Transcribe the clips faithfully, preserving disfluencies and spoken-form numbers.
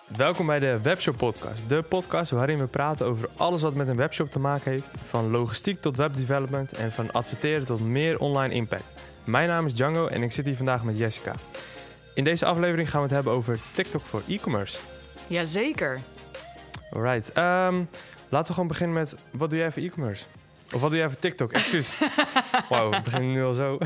Welkom bij de Webshop Podcast. De podcast waarin we praten over alles wat met een webshop te maken heeft. Van logistiek tot webdevelopment en van adverteren tot meer online impact. Mijn naam is Django en ik zit hier vandaag met Jessica. In deze aflevering gaan we het hebben over TikTok voor e-commerce. Jazeker. Alright. Um, laten we gewoon beginnen met, wat doe jij voor e-commerce? Of wat doe jij voor TikTok? Excuus. Wauw, we beginnen nu al zo.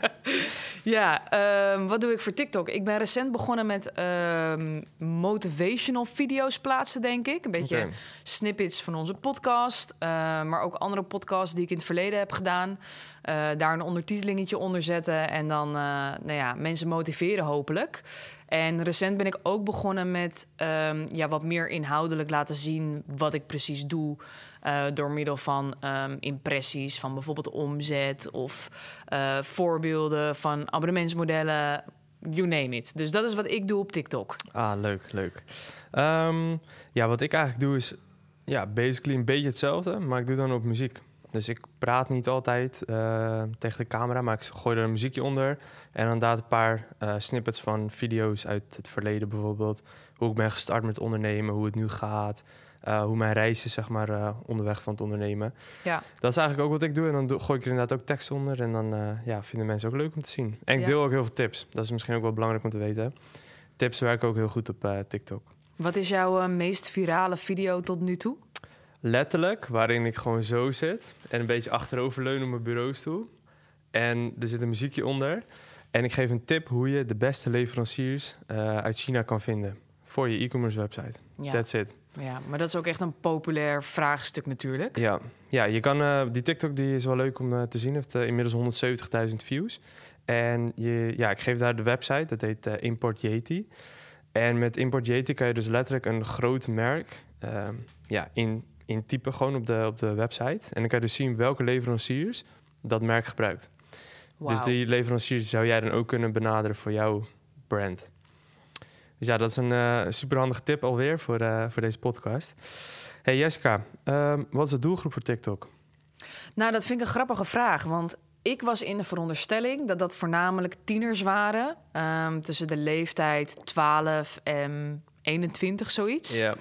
Ja, um, wat doe ik voor TikTok? Ik ben recent begonnen met um, motivational video's plaatsen, denk ik. Een beetje okay. snippets van onze podcast. Uh, maar ook andere podcasts die ik in het verleden heb gedaan. Uh, daar een ondertitelingetje onder zetten. En dan uh, nou ja, mensen motiveren hopelijk. En recent ben ik ook begonnen met um, ja, wat meer inhoudelijk laten zien wat ik precies doe. Uh, door middel van um, impressies van bijvoorbeeld omzet of uh, voorbeelden van abonnementsmodellen, you name it. Dus dat is wat ik doe op TikTok. Ah, leuk, leuk. Um, ja, wat ik eigenlijk doe is ja, basically een beetje hetzelfde, maar ik doe dan op muziek. Dus ik praat niet altijd uh, tegen de camera, maar ik gooi er een muziekje onder. En dan inderdaad een paar uh, snippets van video's uit het verleden bijvoorbeeld. Hoe ik ben gestart met ondernemen, hoe het nu gaat. Uh, hoe mijn reis is, zeg maar, uh, onderweg van het ondernemen. Ja. Dat is eigenlijk ook wat ik doe. En dan do- gooi ik er inderdaad ook tekst onder. En dan uh, ja, vinden mensen ook leuk om te zien. En ik deel ja. ook heel veel tips. Dat is misschien ook wel belangrijk om te weten. Tips werken ook heel goed op uh, TikTok. Wat is jouw uh, meest virale video tot nu toe? Letterlijk, waarin ik gewoon zo zit. En een beetje achteroverleun op mijn bureaustoel. En er zit een muziekje onder. En ik geef een tip hoe je de beste leveranciers uh, uit China kan vinden. Voor je e-commerce website. Ja. That's it. Ja, maar dat is ook echt een populair vraagstuk natuurlijk. Ja, ja je kan, uh, die TikTok die is wel leuk om uh, te zien. Heeft uh, inmiddels honderdzeventigduizend views. En je, ja, ik geef daar de website, dat heet uh, Import Yeti. En met Import Yeti kan je dus letterlijk een groot merk uh, ja, in, in typen gewoon op de, op de website. En dan kan je dus zien welke leveranciers dat merk gebruikt. Wow. Dus die leveranciers zou jij dan ook kunnen benaderen voor jouw brand. Dus ja, dat is een uh, superhandige tip alweer voor, uh, voor deze podcast. Hey Jessica, um, wat is de doelgroep voor TikTok? Nou, dat vind ik een grappige vraag. Want ik was in de veronderstelling dat dat voornamelijk tieners waren. Um, tussen de leeftijd twaalf en eenentwintig, zoiets. Ja.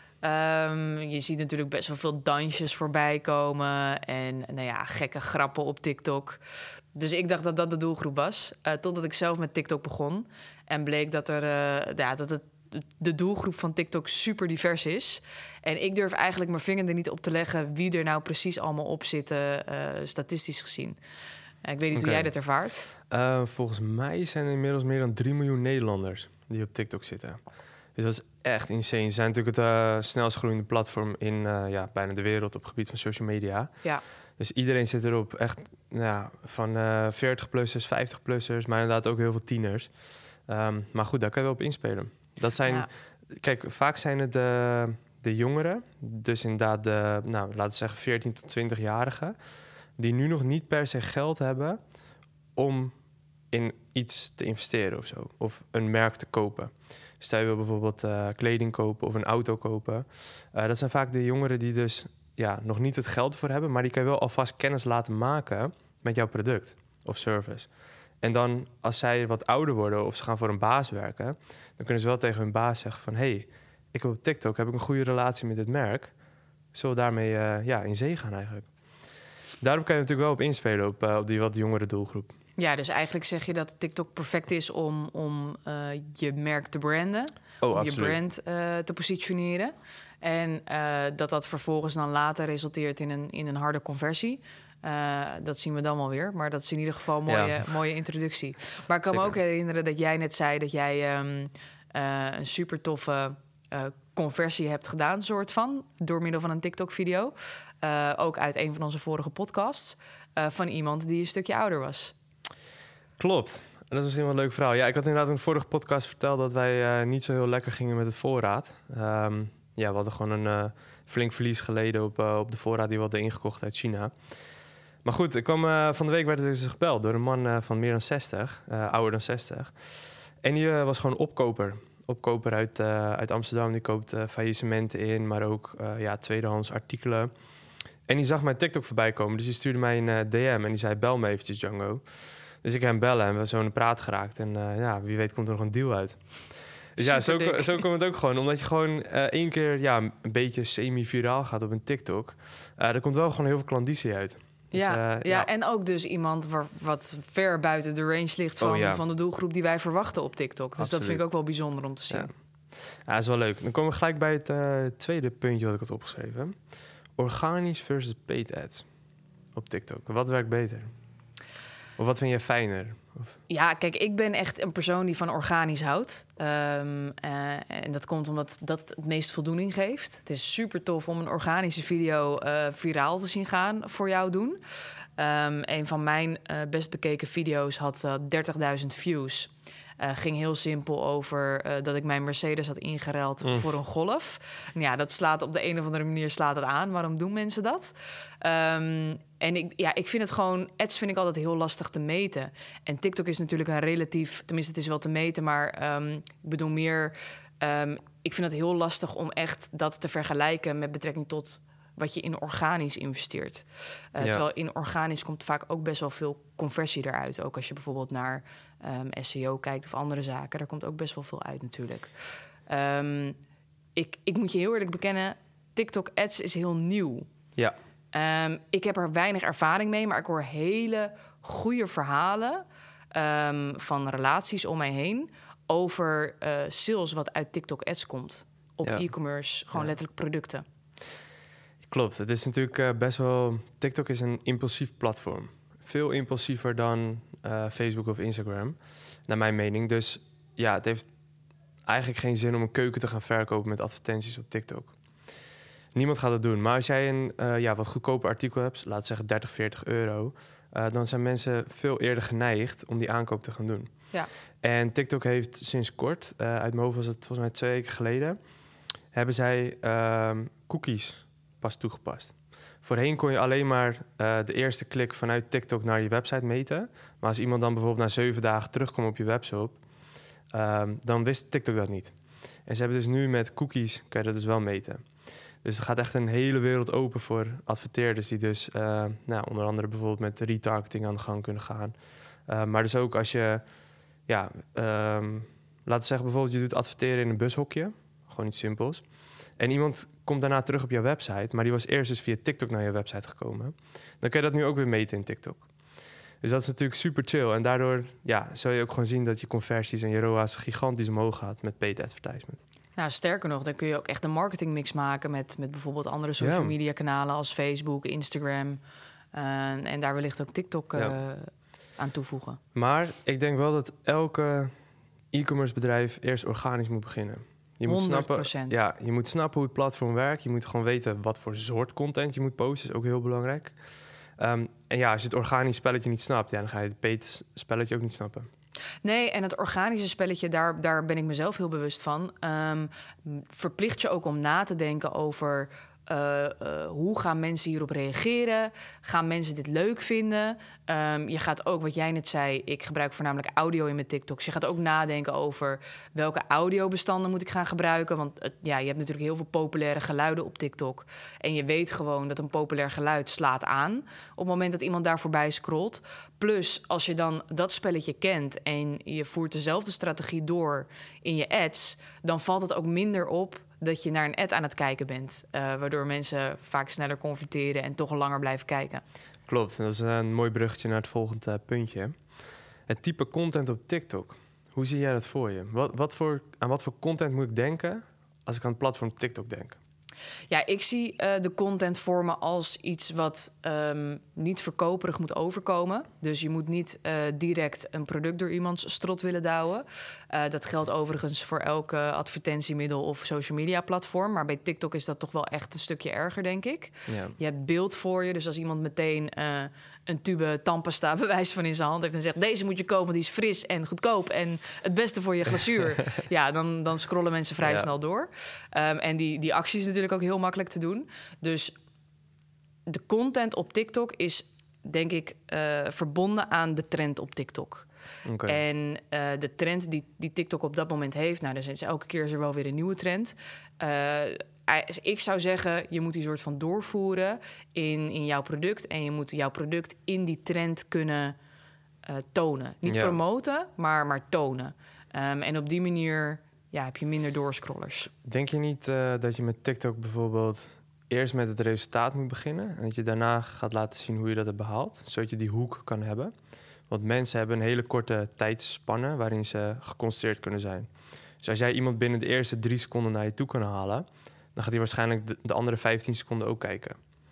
Um, je ziet natuurlijk best wel veel dansjes voorbij komen. En nou ja, gekke grappen op TikTok. Dus ik dacht dat dat de doelgroep was. Uh, totdat ik zelf met TikTok begon. En bleek dat, er, uh, ja, dat het, de doelgroep van TikTok super divers is. En ik durf eigenlijk mijn vinger er niet op te leggen wie er nou precies allemaal op zitten, uh, statistisch gezien. Uh, ik weet niet okay. hoe jij dat ervaart. Uh, volgens mij zijn er inmiddels meer dan drie miljoen Nederlanders die op TikTok zitten. Dus dat is echt insane. Ze zijn natuurlijk het uh, snelst groeiende platform in uh, ja, bijna de wereld op het gebied van social media. Ja. Dus iedereen zit erop. Echt ja, van uh, veertig-plussers, vijftig-plussers, maar inderdaad ook heel veel tieners. Um, maar goed, daar kan je wel op inspelen. Dat zijn, ja. Kijk, vaak zijn het de, de jongeren, dus inderdaad de, nou, laten we zeggen veertien tot twintig-jarigen, die nu nog niet per se geld hebben om in iets te investeren of zo. Of een merk te kopen. Stel je wil bijvoorbeeld uh, kleding kopen of een auto kopen. Uh, dat zijn vaak de jongeren die dus ja, nog niet het geld voor hebben, maar die kan je wel alvast kennis laten maken met jouw product of service. En dan, als zij wat ouder worden of ze gaan voor een baas werken, dan kunnen ze wel tegen hun baas zeggen van, hey, ik heb op TikTok heb ik een goede relatie met dit merk. Zullen we daarmee uh, ja, in zee gaan eigenlijk? Daarop kan je natuurlijk wel op inspelen, op, uh, op die wat jongere doelgroep. Ja, dus eigenlijk zeg je dat TikTok perfect is om, om uh, je merk te branden. Oh, om absoluut. je brand uh, te positioneren. En uh, dat dat vervolgens dan later resulteert in een, in een harde conversie. Uh, dat zien we dan wel weer. Maar dat is in ieder geval een mooie, ja. mooie introductie. Maar ik kan Zeker. me ook herinneren dat jij net zei dat jij um, uh, een super toffe uh, conversie hebt gedaan, soort van, door middel van een TikTok-video. Uh, ook uit een van onze vorige podcasts. Uh, van iemand die een stukje ouder was. Klopt. Dat is misschien wel een leuk verhaal. Ja, ik had inderdaad in de vorige podcast verteld dat wij uh, niet zo heel lekker gingen met het voorraad. Um, ja, we hadden gewoon een uh, flink verlies geleden op, uh, op de voorraad die we hadden ingekocht uit China. Maar goed, ik kwam, uh, van de week werd ik dus gebeld door een man uh, van meer dan zestig, uh, ouder dan zestig. En die uh, was gewoon opkoper. Opkoper uit, uh, uit Amsterdam. Die koopt uh, faillissementen in, maar ook uh, ja, tweedehands artikelen. En die zag mijn TikTok voorbij komen. Dus die stuurde mij een uh, D M en die zei, bel me eventjes, Django. Dus ik heb hem bellen en we zijn zo in de praat geraakt. En uh, ja, wie weet komt er nog een deal uit. Dus ja, zo, zo komt het ook gewoon. Omdat je gewoon uh, één keer ja, een beetje semi-viraal gaat op een TikTok. Uh, er komt wel gewoon heel veel klandizie uit. Dus, ja, uh, ja, ja, en ook dus iemand waar, wat ver buiten de range ligt van, oh, ja. van de doelgroep die wij verwachten op TikTok. Dus Absoluut. Dat vind ik ook wel bijzonder om te zien. Ja. Ja, dat is wel leuk. Dan komen we gelijk bij het uh, tweede puntje wat ik had opgeschreven. Organisch versus paid ads op TikTok. Wat werkt beter? Of wat vind je fijner? Of... Ja, kijk, ik ben echt een persoon die van organisch houdt. Um, uh, en dat komt omdat dat het meest voldoening geeft. Het is super tof om een organische video uh, viraal te zien gaan voor jou doen. Um, een van mijn uh, best bekeken video's had uh, dertigduizend views. Uh, ging heel simpel over uh, dat ik mijn Mercedes had ingeruild mm. voor een Golf. En ja, dat slaat op de een of andere manier slaat het aan. Waarom doen mensen dat? Um, en ik, ja, ik vind het gewoon... Ads vind ik altijd heel lastig te meten. En TikTok is natuurlijk een relatief... Tenminste, het is wel te meten, maar um, ik bedoel meer... Um, ik vind het heel lastig om echt dat te vergelijken met betrekking tot... wat je in organisch investeert. Uh, ja. Terwijl in organisch komt vaak ook best wel veel conversie eruit. Ook als je bijvoorbeeld naar um, S E O kijkt of andere zaken. Daar komt ook best wel veel uit natuurlijk. Um, ik, ik moet je heel eerlijk bekennen... TikTok Ads is heel nieuw. Ja. Um, ik heb er weinig ervaring mee... maar ik hoor hele goede verhalen... Um, van relaties om mij heen... over uh, sales wat uit TikTok Ads komt. Op ja. e-commerce, gewoon ja. letterlijk producten. Klopt, het is natuurlijk uh, best wel... TikTok is een impulsief platform. Veel impulsiever dan uh, Facebook of Instagram, naar mijn mening. Dus ja, het heeft eigenlijk geen zin om een keuken te gaan verkopen met advertenties op TikTok. Niemand gaat het doen. Maar als jij een uh, ja, wat goedkoper artikel hebt, laten we zeggen dertig, veertig euro... Uh, dan zijn mensen veel eerder geneigd om die aankoop te gaan doen. Ja. En TikTok heeft sinds kort, uh, uit mijn hoofd was het volgens mij twee weken geleden... hebben zij uh, cookies pas toegepast. Voorheen kon je alleen maar uh, de eerste klik vanuit TikTok naar je website meten. Maar als iemand dan bijvoorbeeld na zeven dagen terugkomt op je webshop... Uh, dan wist TikTok dat niet. En ze hebben dus nu met cookies, kan je dat dus wel meten. Dus er gaat echt een hele wereld open voor adverteerders... die dus uh, nou, onder andere bijvoorbeeld met retargeting aan de gang kunnen gaan. Uh, maar dus ook als je, ja, um, laten we zeggen bijvoorbeeld... je doet adverteren in een bushokje, gewoon iets simpels... en iemand komt daarna terug op jouw website... maar die was eerst dus via TikTok naar je website gekomen... dan kan je dat nu ook weer meten in TikTok. Dus dat is natuurlijk super chill. En daardoor ja, zul je ook gewoon zien dat je conversies en je R O A's gigantisch omhoog gaat met paid advertisement. Nou, sterker nog, dan kun je ook echt een marketingmix maken... met, met bijvoorbeeld andere social ja. media kanalen als Facebook, Instagram... Uh, en daar wellicht ook TikTok uh, ja. aan toevoegen. Maar ik denk wel dat elke e-commerce bedrijf eerst organisch moet beginnen. Je moet honderd procent. snappen, ja, je moet snappen hoe het platform werkt. Je moet gewoon weten wat voor soort content je moet posten. Dat is ook heel belangrijk. Um, en ja, als je het organisch spelletje niet snapt... Ja, dan ga je het paid spelletje ook niet snappen. Nee, en het organische spelletje, daar, daar ben ik mezelf heel bewust van. Um, verplicht je ook om na te denken over... Uh, uh, hoe gaan mensen hierop reageren? Gaan mensen dit leuk vinden? Um, je gaat ook, wat jij net zei... ik gebruik voornamelijk audio in mijn TikToks. Je gaat ook nadenken over welke audiobestanden moet ik gaan gebruiken. Want uh, ja, je hebt natuurlijk heel veel populaire geluiden op TikTok. En je weet gewoon dat een populair geluid slaat aan... op het moment dat iemand daar voorbij scrolt. Plus, als je dan dat spelletje kent... en je voert dezelfde strategie door in je ads... dan valt het ook minder op... dat je naar een ad aan het kijken bent. Uh, waardoor mensen vaak sneller converteren en toch langer blijven kijken. Klopt, dat is een mooi bruggetje naar het volgende uh, puntje. Het type content op TikTok. Hoe zie jij dat voor je? Wat, wat voor, aan wat voor content moet ik denken als ik aan het platform TikTok denk? Ja, ik zie uh, de content vormen als iets wat um, niet verkoperig moet overkomen. Dus je moet niet uh, direct een product door iemands strot willen douwen. Uh, dat geldt overigens voor elk uh, advertentiemiddel of social media platform. Maar bij TikTok is dat toch wel echt een stukje erger, denk ik. Ja. Je hebt beeld voor je, dus als iemand meteen... Uh, een tube tandpasta bewijs van in zijn hand heeft... en zegt, deze moet je kopen, die is fris en goedkoop... en het beste voor je glazuur. ja, dan, dan scrollen mensen vrij ja. snel door. Um, en die, die actie is natuurlijk ook heel makkelijk te doen. Dus de content op TikTok is, denk ik, uh, verbonden aan de trend op TikTok. Okay. En uh, de trend die, die TikTok op dat moment heeft... nou, dan is elke keer is er wel weer een nieuwe trend... Uh, ik zou zeggen, je moet die soort van doorvoeren in, in jouw product... en je moet jouw product in die trend kunnen uh, tonen. Niet ja. promoten, maar, maar tonen. Um, en op die manier ja, heb je minder doorscrollers. Denk je niet uh, dat je met TikTok bijvoorbeeld eerst met het resultaat moet beginnen en dat je daarna gaat laten zien hoe je dat hebt behaald, zodat je die hoek kan hebben? Want mensen hebben een hele korte tijdsspanne waarin ze geconcentreerd kunnen zijn. Dus als jij iemand binnen de eerste drie seconden naar je toe kan halen, dan gaat hij waarschijnlijk de, de andere vijftien seconden ook kijken.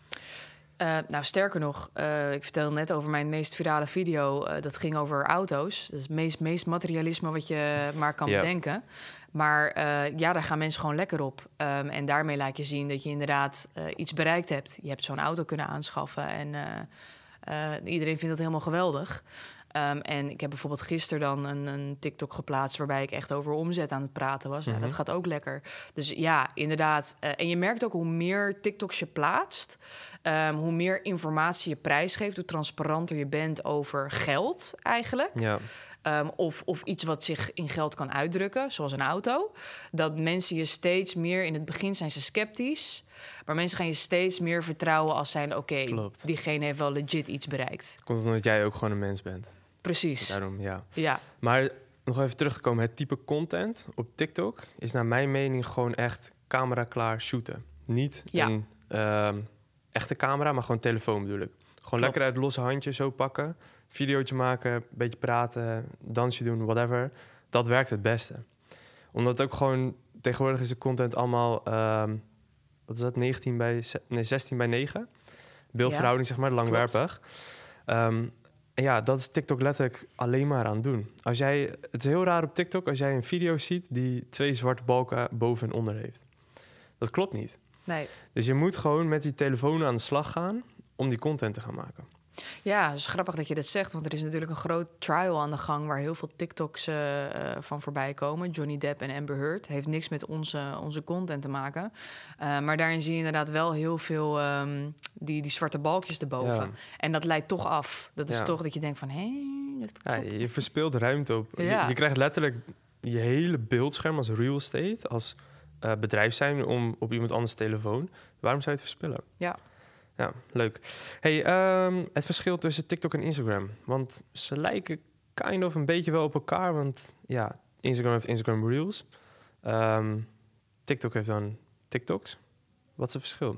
Uh, nou, sterker nog, uh, ik vertelde net over mijn meest virale video. Uh, dat ging over auto's. Dat is het meest, meest materialisme wat je maar kan yeah. bedenken. Maar uh, ja, daar gaan mensen gewoon lekker op. Um, en daarmee laat je zien dat je inderdaad uh, iets bereikt hebt. Je hebt zo'n auto kunnen aanschaffen en uh, uh, iedereen vindt dat helemaal geweldig. Um, en ik heb bijvoorbeeld gisteren dan een, een TikTok geplaatst waarbij ik echt over omzet aan het praten was. Mm-hmm. Nou, dat gaat ook lekker. Dus ja, inderdaad. Uh, en je merkt ook hoe meer TikToks je plaatst, um, hoe meer informatie je prijsgeeft, hoe transparanter je bent over geld eigenlijk. Ja. Um, of, of iets wat zich in geld kan uitdrukken, zoals een auto. Dat mensen je steeds meer... In het begin zijn ze sceptisch, maar mensen gaan je steeds meer vertrouwen als zijn... oké, okay, diegene heeft wel legit iets bereikt. Komt omdat jij ook gewoon een mens bent. Precies. Daarom, ja. ja. Maar nog even terug te komen, het type content op TikTok is naar mijn mening gewoon echt camera klaar shooten. Niet ja. een uh, echte camera, maar gewoon telefoon bedoel ik. Gewoon Klopt. lekker uit losse handjes zo pakken, videootje maken, een beetje praten, dansje doen, whatever. Dat werkt het beste. Omdat ook gewoon, tegenwoordig is de content allemaal, um, wat is dat, negentien bij, nee, zestien bij negen. Beeldverhouding, ja. zeg maar, langwerpig. Um, En ja, dat is TikTok letterlijk alleen maar aan het doen. Als jij, het is heel raar op TikTok als jij een video ziet die twee zwarte balken boven en onder heeft. Dat klopt niet. Nee. Dus je moet gewoon met die telefoon aan de slag gaan om die content te gaan maken. Ja, het is grappig dat je dat zegt, want er is natuurlijk een groot trial aan de gang waar heel veel TikToks uh, van voorbij komen. Johnny Depp en Amber Heard. Heeft niks met onze, onze content te maken. Uh, maar daarin zie je inderdaad wel heel veel um, die, die zwarte balkjes erboven. Ja. En dat leidt toch af. Dat is ja. toch dat je denkt van, hé, dat ja, je verspeelt ruimte op. Ja. Je, je krijgt letterlijk je hele beeldscherm als real estate, als uh, bedrijf zijn om op iemand anders telefoon. Waarom zou je het verspillen? Ja. Ja, leuk. Hey, um, het verschil tussen TikTok en Instagram. Want ze lijken kind of een beetje wel op elkaar. Want ja, Instagram heeft Instagram Reels. Um, TikTok heeft dan TikToks. Wat is het verschil?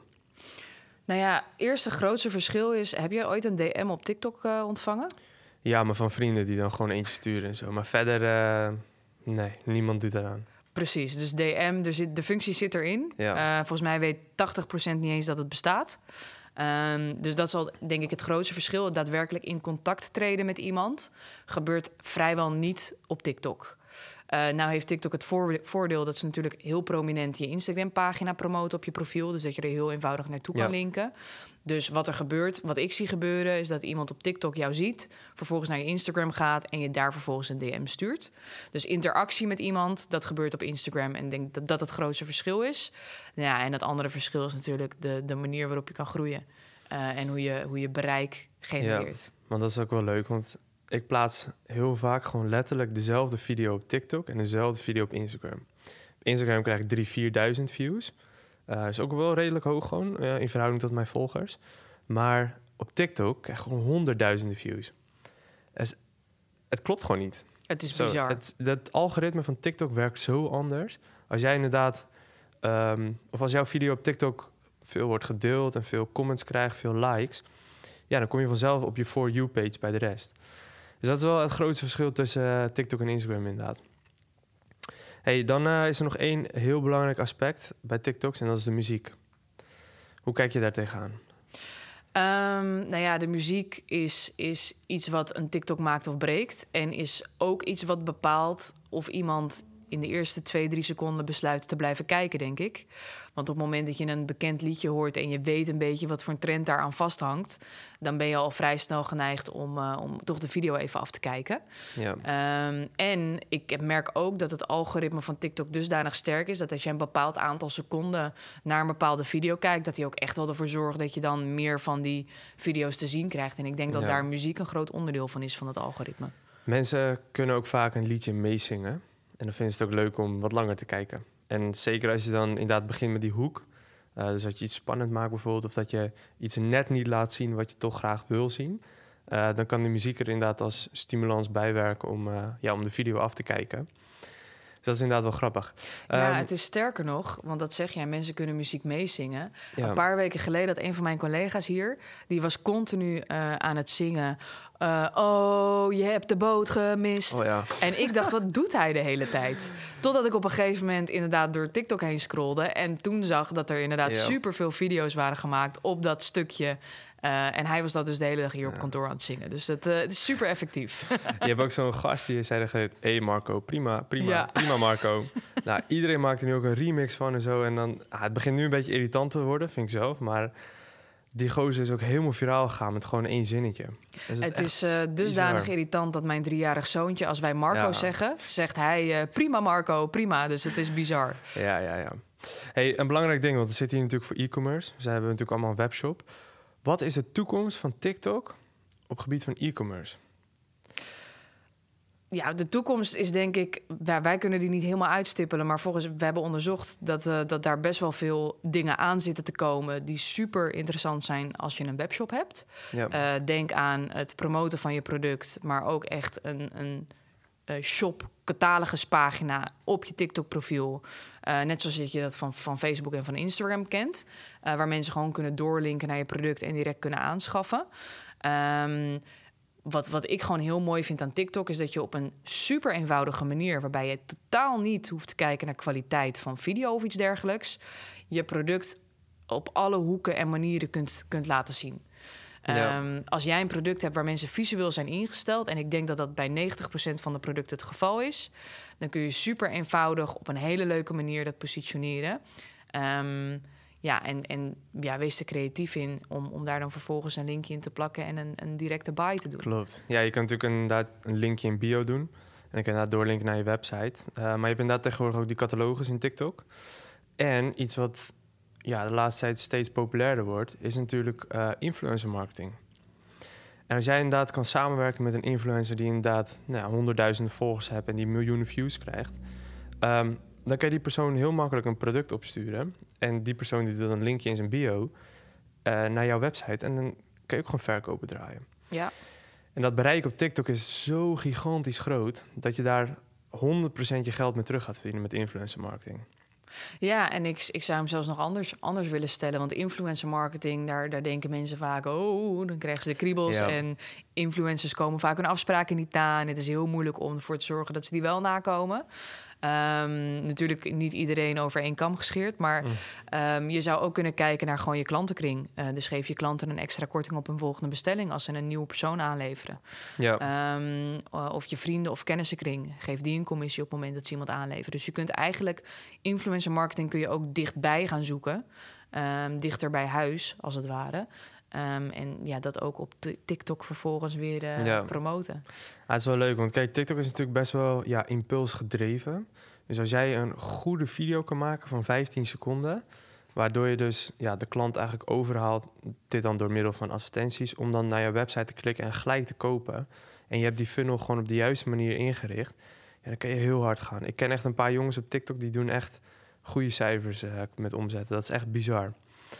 Nou ja, eerste grootste verschil is... Heb jij ooit een D M op TikTok uh, ontvangen? Ja, maar van vrienden die dan gewoon eentje sturen en zo. Maar verder, uh, nee, niemand doet daaraan. Precies, dus D M, er zit, de functie zit erin. Ja. Uh, volgens mij weet tachtig procent niet eens dat het bestaat. Um, dus dat is al, denk ik, het grootste verschil. Daadwerkelijk in contact treden met iemand gebeurt vrijwel niet op TikTok. Uh, nou heeft TikTok het voordeel dat ze natuurlijk heel prominent je Instagram-pagina promoten op je profiel. Dus dat je er heel eenvoudig naartoe kan ja. linken. Dus wat er gebeurt, wat ik zie gebeuren, is dat iemand op TikTok jou ziet, vervolgens naar je Instagram gaat en je daar vervolgens een D M stuurt. Dus interactie met iemand, dat gebeurt op Instagram en ik denk dat dat het grootste verschil is. Ja, en het andere verschil is natuurlijk de, de manier waarop je kan groeien uh, en hoe je, hoe je bereik genereert. Ja, want dat is ook wel leuk, want ik plaats heel vaak gewoon letterlijk dezelfde video op TikTok en dezelfde video op Instagram. Op Instagram krijg ik drie, vierduizend views. Uh, is ook wel redelijk hoog gewoon, uh, in verhouding tot mijn volgers. Maar op TikTok krijg ik gewoon honderdduizenden views. Het, het klopt gewoon niet. Het is zo, bizar. Het, het algoritme van TikTok werkt zo anders. Als jij inderdaad... Um, of als jouw video op TikTok veel wordt gedeeld en veel comments krijgt, veel likes, ja, dan kom je vanzelf op je For You-page bij de rest. Dus dat is wel het grootste verschil tussen uh, TikTok en Instagram inderdaad. Hey, dan uh, is er nog één heel belangrijk aspect bij TikToks en dat is de muziek. Hoe kijk je daar tegenaan? Um, nou ja, de muziek is, is iets wat een TikTok maakt of breekt. En is ook iets wat bepaalt of iemand in de eerste twee, drie seconden besluit te blijven kijken, denk ik. Want op het moment dat je een bekend liedje hoort en je weet een beetje wat voor een trend daaraan vasthangt, dan ben je al vrij snel geneigd om, uh, om toch de video even af te kijken. Ja. Um, en ik merk ook dat het algoritme van TikTok dusdanig sterk is dat als je een bepaald aantal seconden naar een bepaalde video kijkt, dat hij ook echt wel ervoor zorgt dat je dan meer van die video's te zien krijgt. En ik denk dat ja. daar muziek een groot onderdeel van is van het algoritme. Mensen kunnen ook vaak een liedje meezingen. En dan vinden ze het ook leuk om wat langer te kijken. En zeker als je dan inderdaad begint met die hoek. Uh, dus dat je iets spannend maakt bijvoorbeeld. Of dat je iets net niet laat zien wat je toch graag wil zien. Uh, dan kan de muziek er inderdaad als stimulans bijwerken om, uh, ja, om de video af te kijken. dat is inderdaad wel grappig. Ja, um, het is sterker nog, want dat zeg jij, mensen kunnen muziek meezingen. Ja. Een paar weken geleden had een van mijn collega's hier, die was continu uh, aan het zingen. Uh, oh, je hebt de boot gemist. Oh, ja. En ik dacht, wat doet hij de hele tijd? Totdat ik op een gegeven moment inderdaad door TikTok heen scrollde en toen zag dat er inderdaad ja. superveel video's waren gemaakt op dat stukje. Uh, en hij was dat dus de hele dag hier ja. op kantoor aan het zingen. Dus dat, uh, het is super effectief. Je hebt ook zo'n gast die zei tegen hé hey Marco, prima, prima, ja. prima Marco. Nou, iedereen maakt er nu ook een remix van en zo. En dan, ah, het begint nu een beetje irritant te worden, vind ik zelf. Maar die gozer is ook helemaal viraal gegaan met gewoon één zinnetje. Dus het is uh, dusdanig bizar. Irritant dat mijn driejarig zoontje, als wij Marco ja. zeggen, zegt hij uh, prima Marco, prima. Dus het is bizar. Ja, ja, ja. Hey, een belangrijk ding, want we zitten hier natuurlijk voor e-commerce. Ze hebben natuurlijk allemaal een webshop. Wat is de toekomst van TikTok op het gebied van e-commerce? Ja, de toekomst is denk ik... Wij, wij kunnen die niet helemaal uitstippelen, maar volgens we hebben onderzocht dat, uh, dat daar best wel veel dingen aan zitten te komen die super interessant zijn als je een webshop hebt. Ja. Uh, denk aan het promoten van je product, maar ook echt een, een uh, shop cataloguspagina op je TikTok-profiel. Uh, net zoals je dat van, van Facebook en van Instagram kent. Uh, waar mensen gewoon kunnen doorlinken naar je product en direct kunnen aanschaffen. Um, wat, wat ik gewoon heel mooi vind aan TikTok is dat je op een super eenvoudige manier, waarbij je totaal niet hoeft te kijken naar kwaliteit van video of iets dergelijks, je product op alle hoeken en manieren kunt, kunt laten zien. Ja. Um, als jij een product hebt waar mensen visueel zijn ingesteld, en ik denk dat dat bij negentig procent van de producten het geval is, dan kun je super eenvoudig op een hele leuke manier dat positioneren. Um, ja, en, en ja, wees er creatief in om, om daar dan vervolgens een linkje in te plakken en een, een directe buy te doen. Klopt. Ja, je kan natuurlijk inderdaad een linkje in bio doen. En dan kan je inderdaad doorlinken naar je website. Uh, maar je hebt inderdaad tegenwoordig ook die catalogus in TikTok. En iets wat ja, de laatste tijd steeds populairder wordt, is natuurlijk uh, influencer marketing. En als jij inderdaad kan samenwerken met een influencer die inderdaad nou, honderdduizenden volgers hebt en die miljoenen views krijgt, um, dan kan je die persoon heel makkelijk een product opsturen. En die persoon die doet een linkje in zijn bio uh, naar jouw website. En dan kan je ook gewoon verkopen draaien. Ja. En dat bereik op TikTok is zo gigantisch groot dat je daar honderd procent je geld mee terug gaat verdienen met influencer marketing. Ja, en ik, ik zou hem zelfs nog anders, anders willen stellen. Want influencer marketing, daar, daar denken mensen vaak, oh, dan krijgen ze de kriebels. Ja. En influencers komen vaak hun afspraken niet na. En het is heel moeilijk om ervoor te zorgen dat ze die wel nakomen. Um, natuurlijk niet iedereen over één kam gescheerd, maar mm. um, je zou ook kunnen kijken naar gewoon je klantenkring. Uh, dus geef je klanten een extra korting op een volgende bestelling als ze een nieuwe persoon aanleveren. Ja. Um, of je vrienden of kennissenkring, geef die een commissie op het moment dat ze iemand aanleveren. Dus je kunt eigenlijk influencer marketing kun je ook dichtbij gaan zoeken, um, dichter bij huis als het ware. Um, en ja, dat ook op TikTok vervolgens weer uh, ja. promoten. Ja, het is wel leuk, want kijk, TikTok is natuurlijk best wel ja, impulsgedreven. Dus als jij een goede video kan maken van vijftien seconden, waardoor je dus ja, de klant eigenlijk overhaalt, dit dan door middel van advertenties, om dan naar je website te klikken en gelijk te kopen. En je hebt die funnel gewoon op de juiste manier ingericht. Ja, dan kan je heel hard gaan. Ik ken echt een paar jongens op TikTok die doen echt goede cijfers uh, met omzetten. Dat is echt bizar.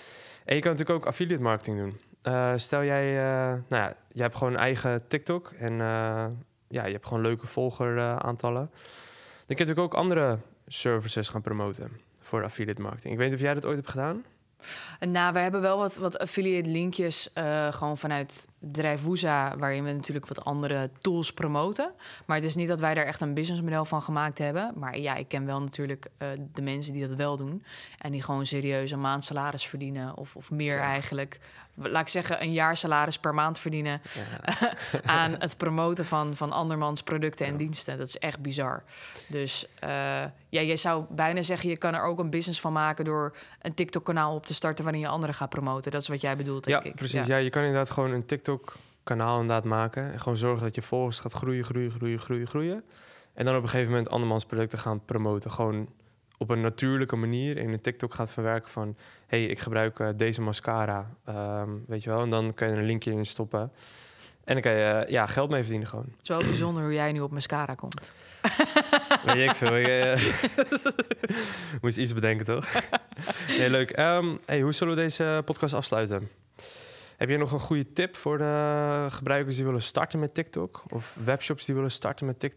En je kan natuurlijk ook affiliate marketing doen. Uh, stel jij, uh, nou ja, je hebt gewoon een eigen TikTok en uh, ja, je hebt gewoon leuke volgeraantallen. Dan kun je natuurlijk ook andere services gaan promoten voor affiliate marketing. Ik weet niet of jij dat ooit hebt gedaan? Nou, we hebben wel wat, wat affiliate linkjes uh, gewoon vanuit het bedrijf Woeza, waarin we natuurlijk wat andere tools promoten. Maar het is niet dat wij daar echt een businessmodel van gemaakt hebben. Maar ja, ik ken wel natuurlijk uh, de mensen die dat wel doen en die gewoon serieus een maand salaris verdienen of, of meer ja. eigenlijk. Laat ik zeggen, een jaar salaris per maand verdienen ja. aan het promoten van, van andermans producten en ja. diensten. Dat is echt bizar. Dus uh, ja, je zou bijna zeggen, je kan er ook een business van maken door een TikTok-kanaal op te starten waarin je anderen gaat promoten. Dat is wat jij bedoelt, denk ja, ik. Precies. Ja. ja, je kan inderdaad gewoon een TikTok-kanaal inderdaad maken en gewoon zorgen dat je volgers gaat groeien, groeien, groeien, groeien, groeien. En dan op een gegeven moment andermans producten gaan promoten. Gewoon op een natuurlijke manier in een TikTok gaat verwerken van, hey, ik gebruik uh, deze mascara, um, weet je wel. En dan kan je er een linkje in stoppen. En dan kan je uh, ja, geld mee verdienen gewoon. Het is wel bijzonder hoe jij nu op mascara komt. Weet ik veel. Ik, uh, moest iets bedenken, toch? Nee, leuk. Um, hey, hoe zullen we deze podcast afsluiten? Heb je nog een goede tip voor de gebruikers die willen starten met TikTok? Of webshops die willen starten met TikTok?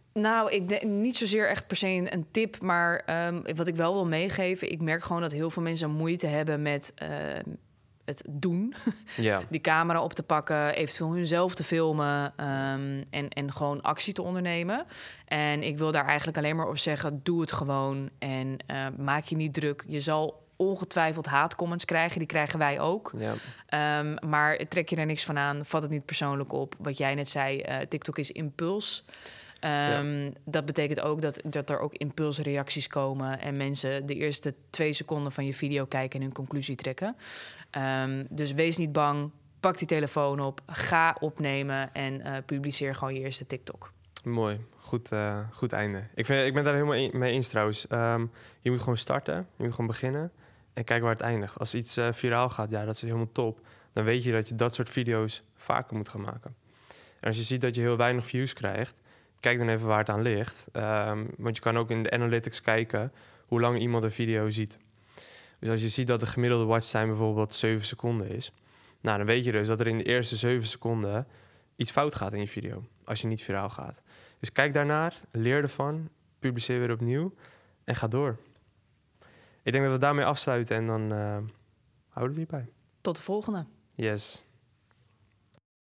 Nou, ik denk niet zozeer echt per se een, een tip, maar um, wat ik wel wil meegeven, ik merk gewoon dat heel veel mensen moeite hebben met uh, het doen. Ja. Die camera op te pakken, eventueel hunzelf te filmen um, en, en gewoon actie te ondernemen. En ik wil daar eigenlijk alleen maar op zeggen, doe het gewoon en uh, maak je niet druk. Je zal ongetwijfeld haatcomments krijgen, die krijgen wij ook. Ja. Um, maar trek je er niks van aan, vat het niet persoonlijk op. Wat jij net zei, uh, TikTok is impuls. Um, ja. Dat betekent ook dat, dat er ook impulsreacties komen en mensen de eerste twee seconden van je video kijken en hun conclusie trekken. Um, dus wees niet bang, pak die telefoon op, ga opnemen en uh, publiceer gewoon je eerste TikTok. Mooi, goed, uh, goed einde. Ik, vind, ik ben daar helemaal in, mee eens trouwens. Um, je moet gewoon starten, je moet gewoon beginnen en kijken waar het eindigt. Als iets uh, viraal gaat, ja, dat is helemaal top. Dan weet je dat je dat soort video's vaker moet gaan maken. En als je ziet dat je heel weinig views krijgt, kijk dan even waar het aan ligt. Um, want je kan ook in de analytics kijken hoe lang iemand een video ziet. Dus als je ziet dat de gemiddelde watchtime bijvoorbeeld zeven seconden is, nou, dan weet je dus dat er in de eerste zeven seconden iets fout gaat in je video, als je niet viraal gaat. Dus kijk daarnaar, leer ervan, publiceer weer opnieuw en ga door. Ik denk dat we daarmee afsluiten en dan uh, houden we het hierbij. Tot de volgende. Yes.